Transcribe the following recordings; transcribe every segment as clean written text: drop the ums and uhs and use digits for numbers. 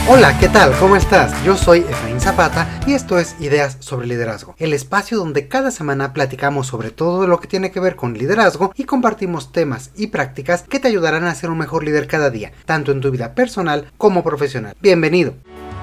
Hola, ¿qué tal? ¿Cómo estás? Yo soy Efraín Zapata y esto es Ideas sobre Liderazgo, el espacio donde cada semana platicamos sobre todo lo que tiene que ver con liderazgo y compartimos temas y prácticas que te ayudarán a ser un mejor líder cada día, tanto en tu vida personal como profesional. Bienvenido.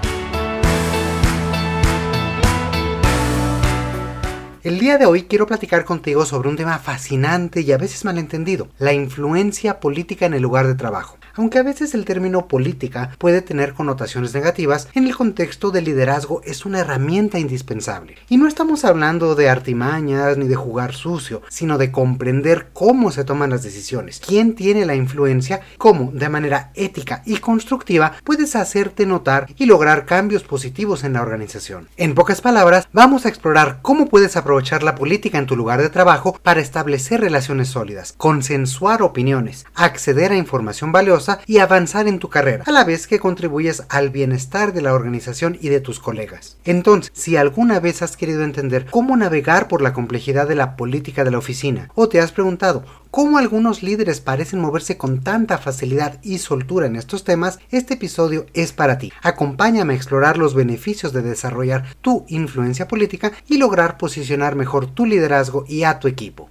El día de hoy quiero platicar contigo sobre un tema fascinante y a veces malentendido, la influencia política en el lugar de trabajo. Aunque a veces el término política puede tener connotaciones negativas, en el contexto del liderazgo es una herramienta indispensable. Y no estamos hablando de artimañas ni de jugar sucio, sino de comprender cómo se toman las decisiones, quién tiene la influencia, cómo de manera ética y constructiva puedes hacerte notar y lograr cambios positivos en la organización. En pocas palabras, vamos a explorar cómo puedes aprovechar la política en tu lugar de trabajo para establecer relaciones sólidas, consensuar opiniones, acceder a información valiosa y avanzar en tu carrera, a la vez que contribuyes al bienestar de la organización y de tus colegas. Entonces, si alguna vez has querido entender cómo navegar por la complejidad de la política de la oficina, o te has preguntado cómo algunos líderes parecen moverse con tanta facilidad y soltura en estos temas, este episodio es para ti. Acompáñame a explorar los beneficios de desarrollar tu influencia política y lograr posicionar mejor tu liderazgo y a tu equipo.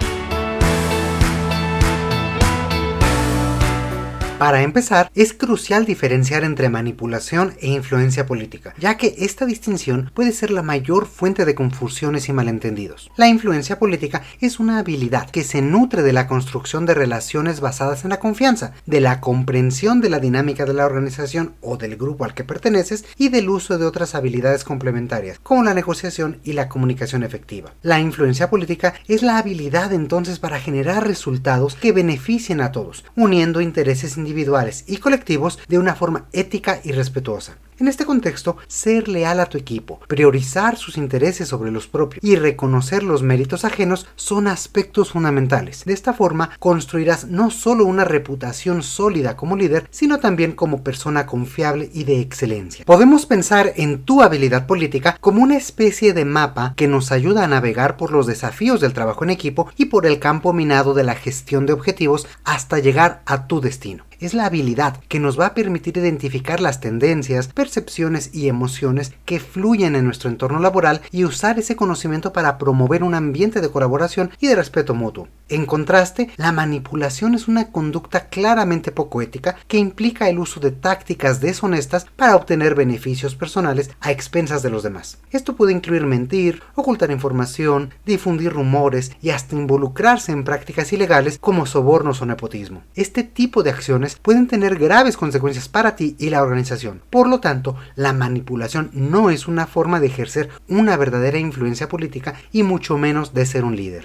Para empezar, es crucial diferenciar entre manipulación e influencia política, ya que esta distinción puede ser la mayor fuente de confusiones y malentendidos. La influencia política es una habilidad que se nutre de la construcción de relaciones basadas en la confianza, de la comprensión de la dinámica de la organización o del grupo al que perteneces y del uso de otras habilidades complementarias, como la negociación y la comunicación efectiva. La influencia política es la habilidad entonces para generar resultados que beneficien a todos, uniendo intereses individuales y colectivos de una forma ética y respetuosa. En este contexto, ser leal a tu equipo, priorizar sus intereses sobre los propios y reconocer los méritos ajenos son aspectos fundamentales. De esta forma, construirás no solo una reputación sólida como líder, sino también como persona confiable y de excelencia. Podemos pensar en tu habilidad política como una especie de mapa que nos ayuda a navegar por los desafíos del trabajo en equipo y por el campo minado de la gestión de objetivos hasta llegar a tu destino. Es la habilidad que nos va a permitir identificar las tendencias, percepciones y emociones que fluyen en nuestro entorno laboral y usar ese conocimiento para promover un ambiente de colaboración y de respeto mutuo. En contraste, la manipulación es una conducta claramente poco ética que implica el uso de tácticas deshonestas para obtener beneficios personales a expensas de los demás. Esto puede incluir mentir, ocultar información, difundir rumores y hasta involucrarse en prácticas ilegales como sobornos o nepotismo. Este tipo de acciones pueden tener graves consecuencias para ti y la organización. Por lo tanto, la manipulación no es una forma de ejercer una verdadera influencia política y mucho menos de ser un líder.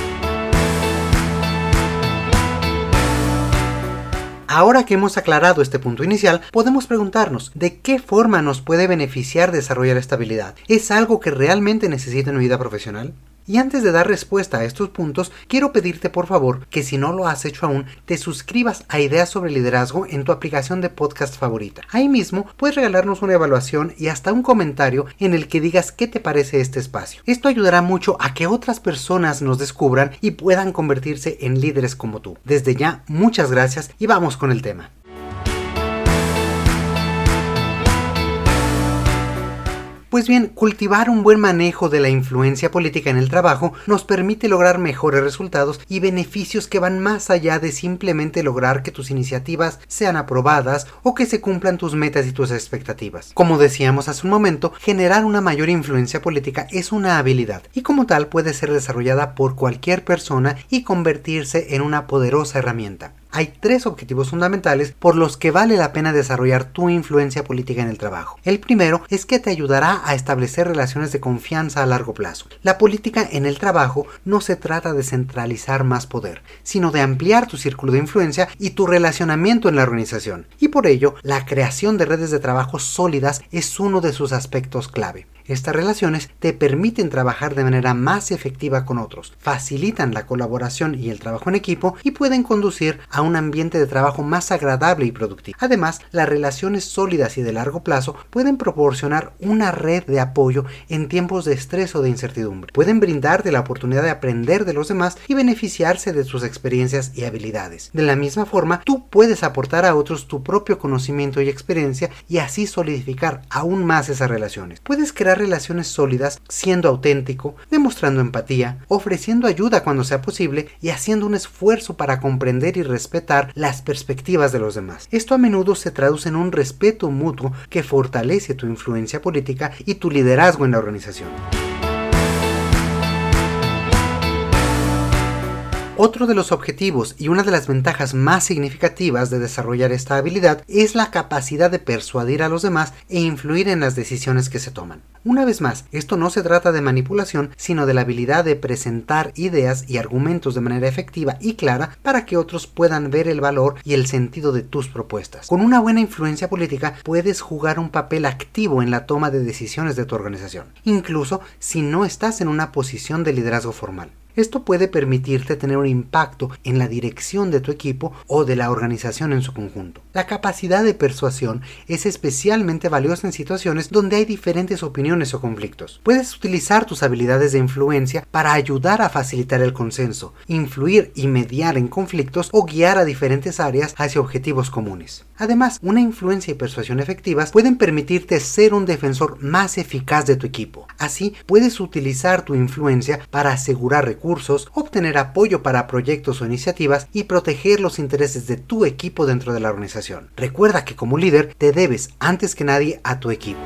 Ahora que hemos aclarado este punto inicial, podemos preguntarnos ¿de qué forma nos puede beneficiar desarrollar esta habilidad? ¿Es algo que realmente necesita en mi vida profesional? Y antes de dar respuesta a estos puntos, quiero pedirte por favor que si no lo has hecho aún, te suscribas a Ideas sobre Liderazgo en tu aplicación de podcast favorita. Ahí mismo puedes regalarnos una evaluación y hasta un comentario en el que digas qué te parece este espacio. Esto ayudará mucho a que otras personas nos descubran y puedan convertirse en líderes como tú. Desde ya, muchas gracias y vamos con el tema. Pues bien, cultivar un buen manejo de la influencia política en el trabajo nos permite lograr mejores resultados y beneficios que van más allá de simplemente lograr que tus iniciativas sean aprobadas o que se cumplan tus metas y tus expectativas. Como decíamos hace un momento, generar una mayor influencia política es una habilidad y como tal puede ser desarrollada por cualquier persona y convertirse en una poderosa herramienta. Hay 3 objetivos fundamentales por los que vale la pena desarrollar tu influencia política en el trabajo. El primero es que te ayudará a establecer relaciones de confianza a largo plazo. La política en el trabajo no se trata de centralizar más poder, sino de ampliar tu círculo de influencia y tu relacionamiento en la organización. Y por ello, la creación de redes de trabajo sólidas es uno de sus aspectos clave. Estas relaciones te permiten trabajar de manera más efectiva con otros, facilitan la colaboración y el trabajo en equipo y pueden conducir a un ambiente de trabajo más agradable y productivo. Además, las relaciones sólidas y de largo plazo pueden proporcionar una red de apoyo en tiempos de estrés o de incertidumbre. Pueden brindarte la oportunidad de aprender de los demás y beneficiarse de sus experiencias y habilidades. De la misma forma, tú puedes aportar a otros tu propio conocimiento y experiencia y así solidificar aún más esas relaciones. Puedes crear relaciones sólidas siendo auténtico, demostrando empatía, ofreciendo ayuda cuando sea posible y haciendo un esfuerzo para comprender y respetar las perspectivas de los demás. Esto a menudo se traduce en un respeto mutuo que fortalece tu influencia política y tu liderazgo en la organización. Otro de los objetivos y una de las ventajas más significativas de desarrollar esta habilidad es la capacidad de persuadir a los demás e influir en las decisiones que se toman. Una vez más, esto no se trata de manipulación, sino de la habilidad de presentar ideas y argumentos de manera efectiva y clara para que otros puedan ver el valor y el sentido de tus propuestas. Con una buena influencia política puedes jugar un papel activo en la toma de decisiones de tu organización, incluso si no estás en una posición de liderazgo formal. Esto puede permitirte tener un impacto en la dirección de tu equipo o de la organización en su conjunto. La capacidad de persuasión es especialmente valiosa en situaciones donde hay diferentes opiniones o conflictos. Puedes utilizar tus habilidades de influencia para ayudar a facilitar el consenso, influir y mediar en conflictos o guiar a diferentes áreas hacia objetivos comunes. Además, una influencia y persuasión efectivas pueden permitirte ser un defensor más eficaz de tu equipo. Así, puedes utilizar tu influencia para asegurar recursos, obtener apoyo para proyectos o iniciativas y proteger los intereses de tu equipo dentro de la organización. Recuerda que como líder te debes antes que nadie a tu equipo.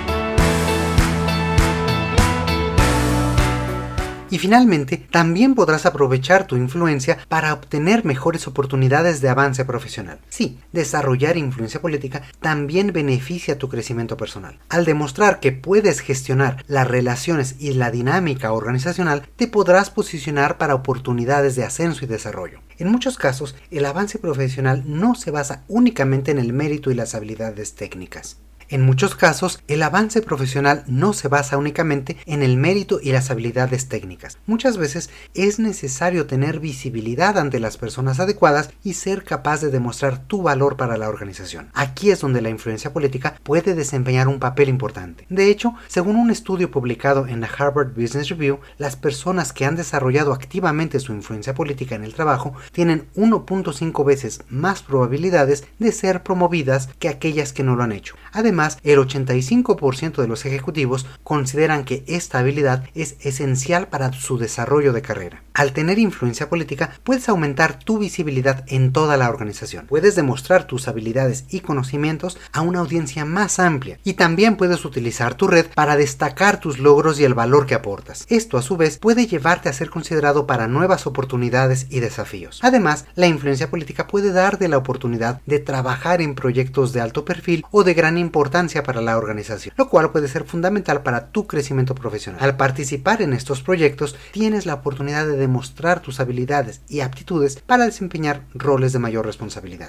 Y finalmente, también podrás aprovechar tu influencia para obtener mejores oportunidades de avance profesional. Sí, desarrollar influencia política también beneficia tu crecimiento personal. Al demostrar que puedes gestionar las relaciones y la dinámica organizacional, te podrás posicionar para oportunidades de ascenso y desarrollo. En muchos casos, el avance profesional no se basa únicamente en el mérito y las habilidades técnicas. En muchos casos, el avance profesional no se basa únicamente en el mérito y las habilidades técnicas. Muchas veces es necesario tener visibilidad ante las personas adecuadas y ser capaz de demostrar tu valor para la organización. Aquí es donde la influencia política puede desempeñar un papel importante. De hecho, según un estudio publicado en la Harvard Business Review, las personas que han desarrollado activamente su influencia política en el trabajo tienen 1.5 veces más probabilidades de ser promovidas que aquellas que no lo han hecho. Además, el 85% de los ejecutivos consideran que esta habilidad es esencial para su desarrollo de carrera. Al tener influencia política, puedes aumentar tu visibilidad en toda la organización. Puedes demostrar tus habilidades y conocimientos a una audiencia más amplia y también puedes utilizar tu red para destacar tus logros y el valor que aportas. Esto, a su vez, puede llevarte a ser considerado para nuevas oportunidades y desafíos. Además, la influencia política puede darte la oportunidad de trabajar en proyectos de alto perfil o de gran importancia para la organización, lo cual puede ser fundamental para tu crecimiento profesional. Al participar en estos proyectos, tienes la oportunidad de demostrar tus habilidades y aptitudes para desempeñar roles de mayor responsabilidad.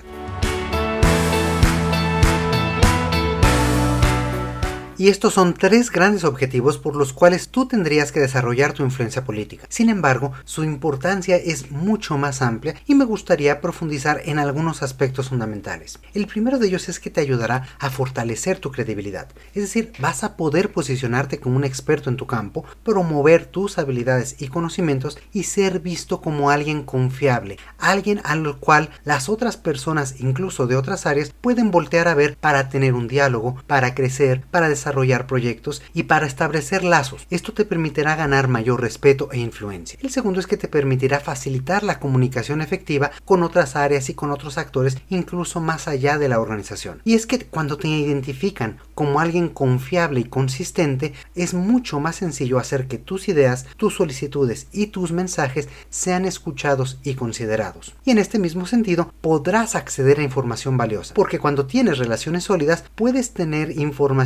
Y estos son 3 grandes objetivos por los cuales tú tendrías que desarrollar tu influencia política. Sin embargo, su importancia es mucho más amplia y me gustaría profundizar en algunos aspectos fundamentales. El primero de ellos es que te ayudará a fortalecer tu credibilidad. Es decir, vas a poder posicionarte como un experto en tu campo, promover tus habilidades y conocimientos y ser visto como alguien confiable, alguien al cual las otras personas, incluso de otras áreas, pueden voltear a ver para tener un diálogo, para crecer, para desarrollar proyectos y para establecer lazos. Esto te permitirá ganar mayor respeto e influencia. El segundo es que te permitirá facilitar la comunicación efectiva con otras áreas y con otros actores, incluso más allá de la organización. Y es que cuando te identifican como alguien confiable y consistente, es mucho más sencillo hacer que tus ideas, tus solicitudes y tus mensajes sean escuchados y considerados. Y en este mismo sentido, podrás acceder a información valiosa, porque cuando tienes relaciones sólidas, puedes tener información y perspectivas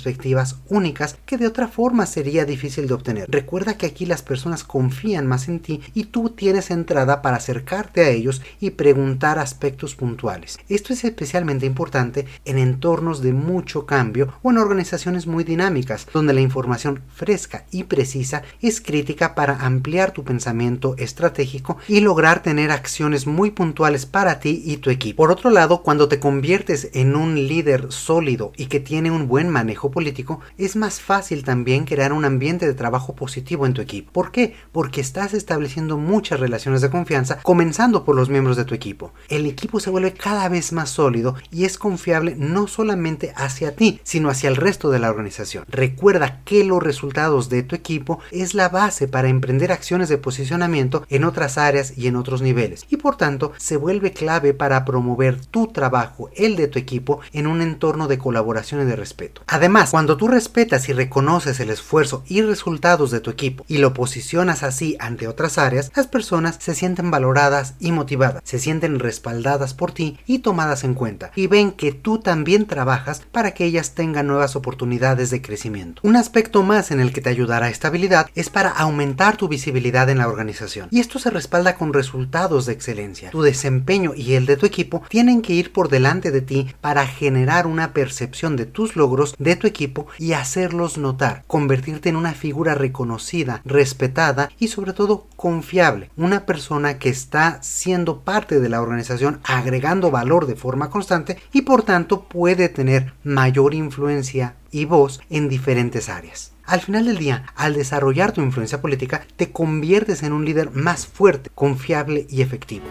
perspectivas únicas que de otra forma sería difícil de obtener. Recuerda que aquí las personas confían más en ti y tú tienes entrada para acercarte a ellos y preguntar aspectos puntuales. Esto es especialmente importante en entornos de mucho cambio o en organizaciones muy dinámicas, donde la información fresca y precisa es crítica para ampliar tu pensamiento estratégico y lograr tener acciones muy puntuales para ti y tu equipo. Por otro lado, cuando te conviertes en un líder sólido y que tiene un buen manejo político, es más fácil también crear un ambiente de trabajo positivo en tu equipo. ¿Por qué? Porque estás estableciendo muchas relaciones de confianza, comenzando por los miembros de tu equipo. El equipo se vuelve cada vez más sólido y es confiable no solamente hacia ti, sino hacia el resto de la organización. Recuerda que los resultados de tu equipo es la base para emprender acciones de posicionamiento en otras áreas y en otros niveles, y por tanto se vuelve clave para promover tu trabajo, el de tu equipo, en un entorno de colaboración y de respeto. Además, cuando tú respetas y reconoces el esfuerzo y resultados de tu equipo y lo posicionas así ante otras áreas, las personas se sienten valoradas y motivadas, se sienten respaldadas por ti y tomadas en cuenta, y ven que tú también trabajas para que ellas tengan nuevas oportunidades de crecimiento. Un aspecto más en el que te ayudará esta habilidad es para aumentar tu visibilidad en la organización, y esto se respalda con resultados de excelencia. Tu desempeño y el de tu equipo tienen que ir por delante de ti para generar una percepción de tus logros de tu equipo y hacerlos notar, convertirte en una figura reconocida, respetada y sobre todo confiable, una persona que está siendo parte de la organización, agregando valor de forma constante y por tanto puede tener mayor influencia y voz en diferentes áreas. Al final del día, al desarrollar tu influencia política, te conviertes en un líder más fuerte, confiable y efectivo.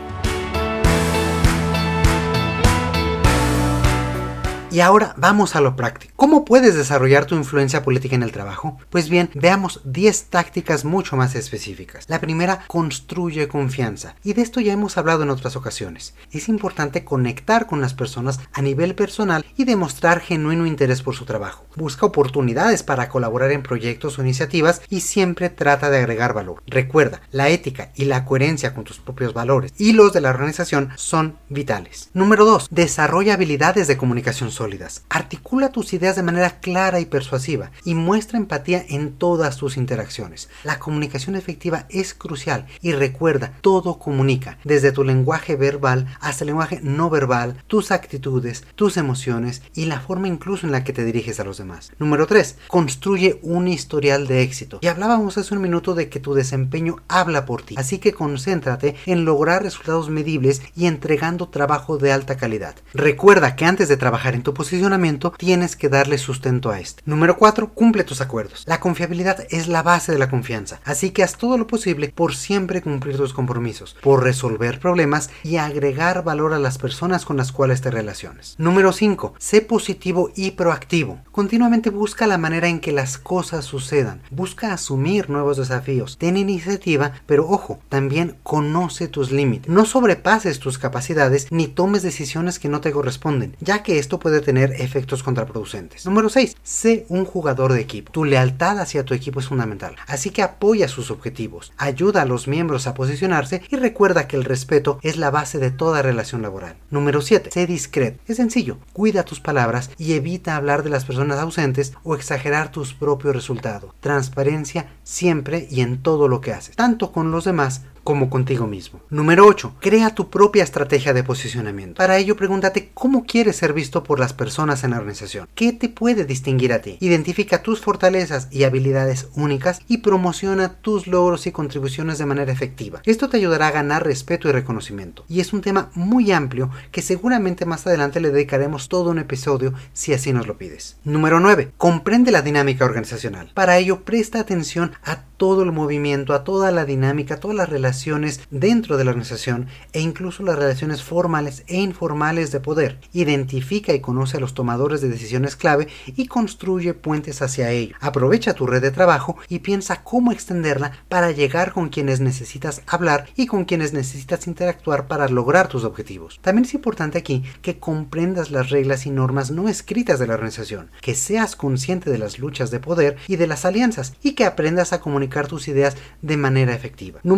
Y ahora vamos a lo práctico. ¿Cómo puedes desarrollar tu influencia política en el trabajo? Pues bien, veamos 10 tácticas mucho más específicas. La primera, construye confianza. Y de esto ya hemos hablado en otras ocasiones. Es importante conectar con las personas a nivel personal y demostrar genuino interés por su trabajo. Busca oportunidades para colaborar en proyectos o iniciativas y siempre trata de agregar valor. Recuerda, la ética y la coherencia con tus propios valores y los de la organización son vitales. Número 2. Desarrolla habilidades de comunicación sólidas. Articula tus ideas de manera clara y persuasiva y muestra empatía en todas tus interacciones. La comunicación efectiva es crucial y recuerda, todo comunica, desde tu lenguaje verbal hasta el lenguaje no verbal, tus actitudes, tus emociones y la forma incluso en la que te diriges a los demás. Número 3. Construye un historial de éxito. Y hablábamos hace un minuto de que tu desempeño habla por ti, así que concéntrate en lograr resultados medibles y entregando trabajo de alta calidad. Recuerda que antes de trabajar en tu posicionamiento tienes que darle sustento a este. Número 4. Cumple tus acuerdos. La confiabilidad es la base de la confianza, así que haz todo lo posible por siempre cumplir tus compromisos, por resolver problemas y agregar valor a las personas con las cuales te relaciones. Número 5. Sé positivo y proactivo. Continuamente busca la manera en que las cosas sucedan. Busca asumir nuevos desafíos. Ten iniciativa, pero ojo, también conoce tus límites. No sobrepases tus capacidades ni tomes decisiones que no te corresponden, ya que esto puede tener efectos contraproducentes. Número 6. Sé un jugador de equipo. Tu lealtad hacia tu equipo es fundamental, así que apoya sus objetivos, ayuda a los miembros a posicionarse y recuerda que el respeto es la base de toda relación laboral. Número 7. Sé discreto. Es sencillo, cuida tus palabras y evita hablar de las personas ausentes o exagerar tus propios resultados. Transparencia siempre y en todo lo que haces, tanto con los demás como contigo mismo. Número 8. Crea tu propia estrategia de posicionamiento. Para ello, pregúntate cómo quieres ser visto por las personas en la organización. ¿Qué te puede distinguir a ti? Identifica tus fortalezas y habilidades únicas y promociona tus logros y contribuciones de manera efectiva. Esto te ayudará a ganar respeto y reconocimiento. Y es un tema muy amplio que seguramente más adelante le dedicaremos todo un episodio si así nos lo pides. Número 9. Comprende la dinámica organizacional. Para ello, presta atención a todo el movimiento, a toda la dinámica, a todas las relaciones dentro de la organización e incluso las relaciones formales e informales de poder. Identifica y conoce a los tomadores de decisiones clave y construye puentes hacia ello. Aprovecha tu red de trabajo y piensa cómo extenderla para llegar con quienes necesitas hablar y con quienes necesitas interactuar para lograr tus objetivos. También es importante aquí que comprendas las reglas y normas no escritas de la organización, que seas consciente de las luchas de poder y de las alianzas y que aprendas a comunicar tus ideas de manera efectiva. Número 10.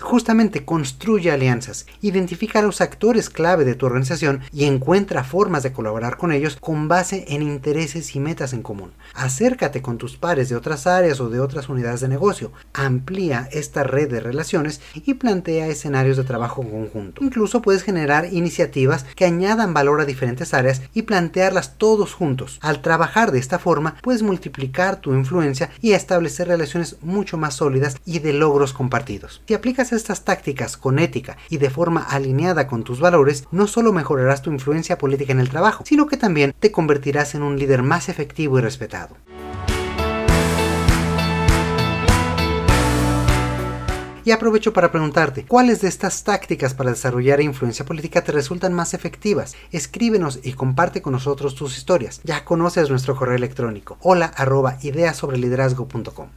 Justamente construye alianzas, identifica a los actores clave de tu organización y encuentra formas de colaborar con ellos con base en intereses y metas en común. Acércate con tus pares de otras áreas o de otras unidades de negocio, amplía esta red de relaciones y plantea escenarios de trabajo conjunto. Incluso puedes generar iniciativas que añadan valor a diferentes áreas y plantearlas todos juntos. Al trabajar de esta forma, puedes multiplicar tu influencia y establecer relaciones mucho más sólidas y de logros compartidos. Si aplicas estas tácticas con ética y de forma alineada con tus valores, no solo mejorarás tu influencia política en el trabajo, sino que también te convertirás en un líder más efectivo y respetado. Y aprovecho para preguntarte, ¿cuáles de estas tácticas para desarrollar influencia política te resultan más efectivas? Escríbenos y comparte con nosotros tus historias. Ya conoces nuestro correo electrónico, hola@ideasobreliderazgo.com.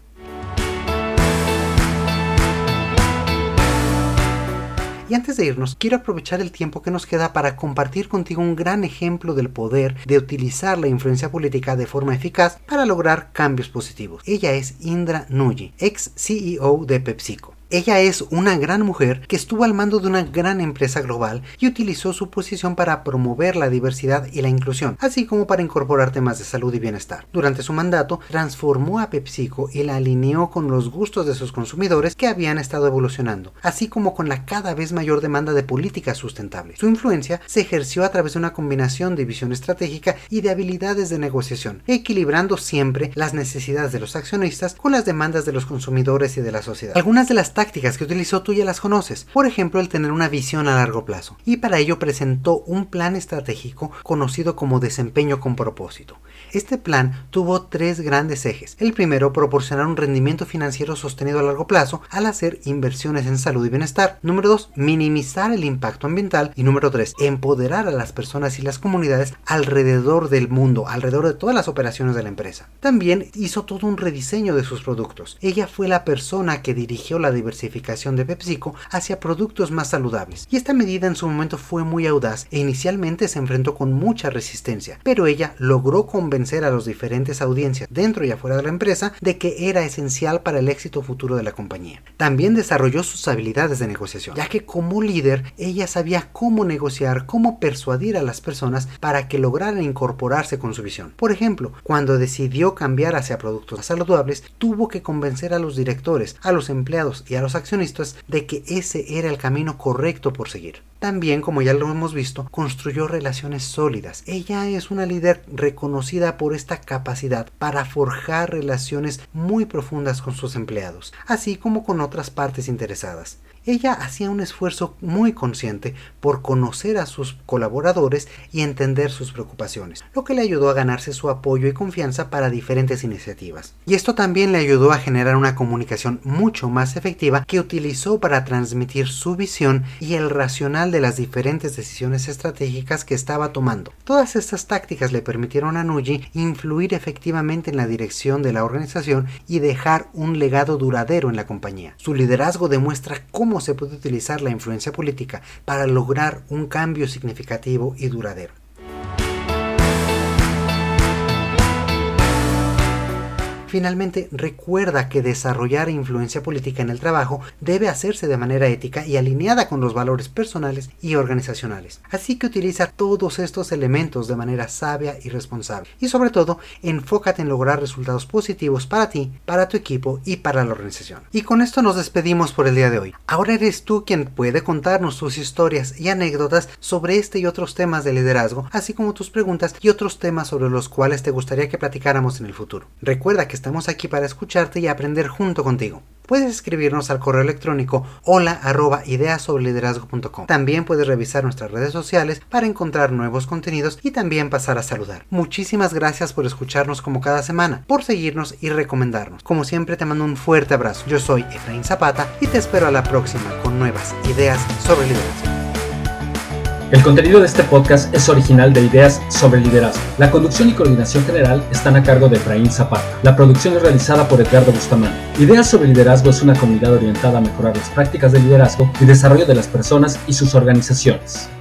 Y antes de irnos, quiero aprovechar el tiempo que nos queda para compartir contigo un gran ejemplo del poder de utilizar la influencia política de forma eficaz para lograr cambios positivos. Ella es Indra Nooyi, ex CEO de PepsiCo. Ella es una gran mujer que estuvo al mando de una gran empresa global y utilizó su posición para promover la diversidad y la inclusión, así como para incorporar temas de salud y bienestar. Durante su mandato, transformó a PepsiCo y la alineó con los gustos de sus consumidores que habían estado evolucionando, así como con la cada vez mayor demanda de políticas sustentables. Su influencia se ejerció a través de una combinación de visión estratégica y de habilidades de negociación, equilibrando siempre las necesidades de los accionistas con las demandas de los consumidores y de la sociedad. Algunas de las tácticas que utilizó tú ya las conoces, por ejemplo el tener una visión a largo plazo, y para ello presentó un plan estratégico conocido como desempeño con propósito. Este plan tuvo 3 grandes ejes. El primero, proporcionar un rendimiento financiero sostenido a largo plazo al hacer inversiones en salud y bienestar. Número 2, minimizar el impacto ambiental. Y número 3, empoderar a las personas y las comunidades alrededor del mundo, alrededor de todas las operaciones de la empresa. También hizo todo un rediseño de sus productos. Ella fue la persona que dirigió la diversificación de PepsiCo hacia productos más saludables. Y esta medida en su momento fue muy audaz e inicialmente se enfrentó con mucha resistencia, pero ella logró convencer a las diferentes audiencias dentro y afuera de la empresa de que era esencial para el éxito futuro de la compañía. También desarrolló sus habilidades de negociación, ya que como líder ella sabía cómo negociar, cómo persuadir a las personas para que lograran incorporarse con su visión. Por ejemplo, cuando decidió cambiar hacia productos saludables, tuvo que convencer a los directores, a los empleados y a los accionistas de que ese era el camino correcto por seguir. También, como ya lo hemos visto, construyó relaciones sólidas. Ella es una líder reconocida por esta capacidad para forjar relaciones muy profundas con sus empleados, así como con otras partes interesadas. Ella hacía un esfuerzo muy consciente por conocer a sus colaboradores y entender sus preocupaciones, lo que le ayudó a ganarse su apoyo y confianza para diferentes iniciativas. Y esto también le ayudó a generar una comunicación mucho más efectiva que utilizó para transmitir su visión y el racional de las diferentes decisiones estratégicas que estaba tomando. Todas estas tácticas le permitieron a Nooyi influir efectivamente en la dirección de la organización y dejar un legado duradero en la compañía. Su liderazgo demuestra cómo se puede utilizar la influencia política para lograr un cambio significativo y duradero. Finalmente, recuerda que desarrollar influencia política en el trabajo debe hacerse de manera ética y alineada con los valores personales y organizacionales. Así que utiliza todos estos elementos de manera sabia y responsable. Y sobre todo, enfócate en lograr resultados positivos para ti, para tu equipo y para la organización. Y con esto nos despedimos por el día de hoy. Ahora eres tú quien puede contarnos tus historias y anécdotas sobre este y otros temas de liderazgo, así como tus preguntas y otros temas sobre los cuales te gustaría que platicáramos en el futuro. Recuerda que estamos aquí para escucharte y aprender junto contigo. Puedes escribirnos al correo electrónico hola@ideasobreliderazgo.com. También puedes revisar nuestras redes sociales para encontrar nuevos contenidos y también pasar a saludar. Muchísimas gracias por escucharnos como cada semana, por seguirnos y recomendarnos. Como siempre te mando un fuerte abrazo. Yo soy Efraín Zapata y te espero a la próxima con nuevas ideas sobre liderazgo. El contenido de este podcast es original de Ideas sobre Liderazgo. La conducción y coordinación general están a cargo de Efraín Zapata. La producción es realizada por Edgardo Bustamante. Ideas sobre Liderazgo es una comunidad orientada a mejorar las prácticas de liderazgo y desarrollo de las personas y sus organizaciones.